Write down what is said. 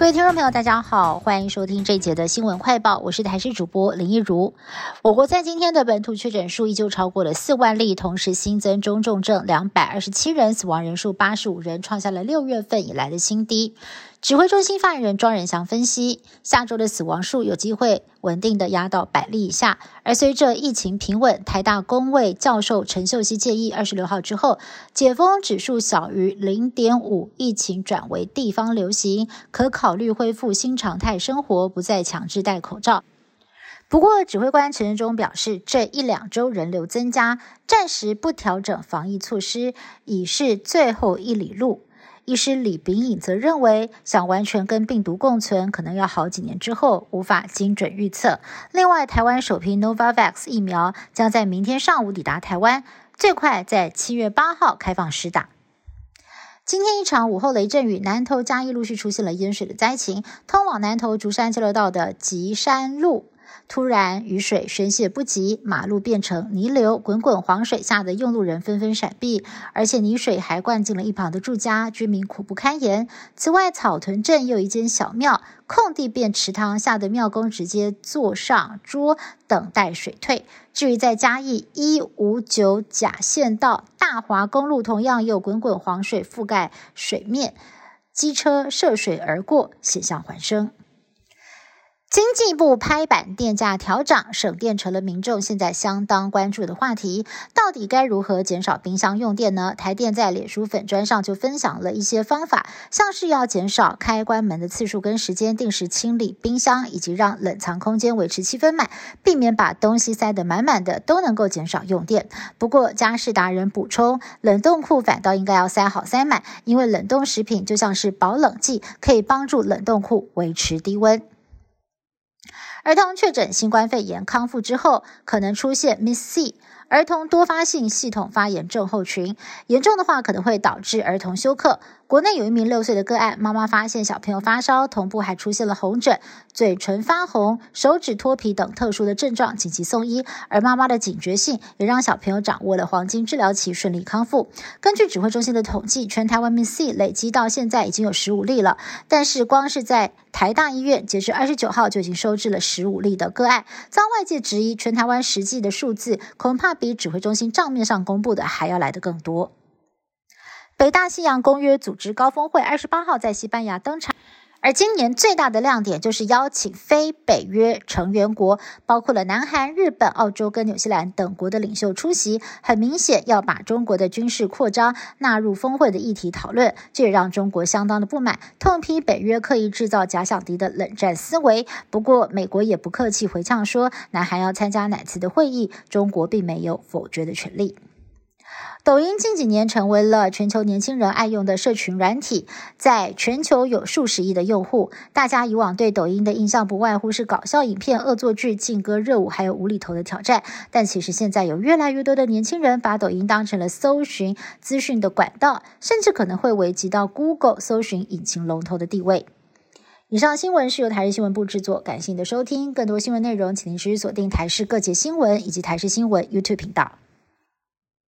各位听众朋友大家好，欢迎收听这一节的新闻快报，我是台视主播林一如。我国在今天的本土确诊数依旧超过了4万例，同时新增中重症227人，死亡人数85人，创下了6月份以来的新低。指挥中心发言人庄仁祥分析，下周的死亡数有机会稳定的压到100例以下，而随着疫情平稳，台大公卫教授陈秀熙建议26号之后，解封指数小于 0.5， 疫情转为地方流行，可考虑恢复新常态生活，不再强制戴口罩。不过，指挥官陈时中表示，这1-2周人流增加，暂时不调整防疫措施，已是最后一里路。医师李秉颖则认为，想完全跟病毒共存，可能要好几年之后，无法精准预测。另外，台湾首批 Novavax 疫苗将在明天上午抵达台湾，最快在7月8号开放施打。今天一场午后雷阵雨，南投嘉义陆续出现了淹水的灾情，通往南投竹山交流道的吉山路突然雨水宣泄不及，马路变成泥流，滚滚黄水吓得用路人纷纷闪避，而且泥水还灌进了一旁的住家，居民苦不堪言。此外，草屯镇又有一间小庙，空地变池塘，吓得庙公直接坐上桌等待水退。至于在嘉义159甲线道大华公路，同样有滚滚黄水覆盖水面，机车涉水而过，险象环生。经济部拍板电价调涨，省电成了民众现在相当关注的话题。到底该如何减少冰箱用电呢？台电在脸书粉专上就分享了一些方法，像是要减少开关门的次数跟时间，定时清理冰箱，以及让冷藏空间维持7分满，避免把东西塞得满满的，都能够减少用电。不过家事达人补充，冷冻库反倒应该要塞好塞满，因为冷冻食品就像是保冷剂，可以帮助冷冻库维持低温。儿童确诊新冠肺炎康复之后，可能出现 MIS-C 儿童多发性系统发炎症候群，严重的话可能会导致儿童休克。国内有一名6岁的个案，妈妈发现小朋友发烧，同步还出现了红疹、嘴唇发红、手指脱皮等特殊的症状，紧急送医。而妈妈的警觉性也让小朋友掌握了黄金治疗期，顺利康复。根据指挥中心的统计，全台湾 MIS-C 累积到现在已经有15例了，但是光是在台大医院，截至29号就已经收治了15例的个案，遭外界质疑全台湾实际的数字恐怕比指挥中心账面上公布的还要来得更多。北大西洋公约组织高峰会28号在西班牙登场，而今年最大的亮点就是邀请非北约成员国，包括了南韩、日本、澳洲跟纽西兰等国的领袖出席，很明显要把中国的军事扩张纳入峰会的议题讨论，这也让中国相当的不满，痛批北约刻意制造假想敌的冷战思维。不过美国也不客气回呛说，南韩要参加哪次的会议，中国并没有否决的权利。抖音近几年成为了全球年轻人爱用的社群软体，在全球有数十亿的用户。大家以往对抖音的印象不外乎是搞笑影片、恶作剧、劲歌热舞，还有无厘头的挑战。但其实现在有越来越多的年轻人把抖音当成了搜寻资讯的管道，甚至可能会危及到 Google 搜寻引擎龙头的地位。以上新闻是由台视新闻部制作，感谢您的收听。更多新闻内容，请您持续锁定台视各节新闻以及台视新闻 YouTube 频道。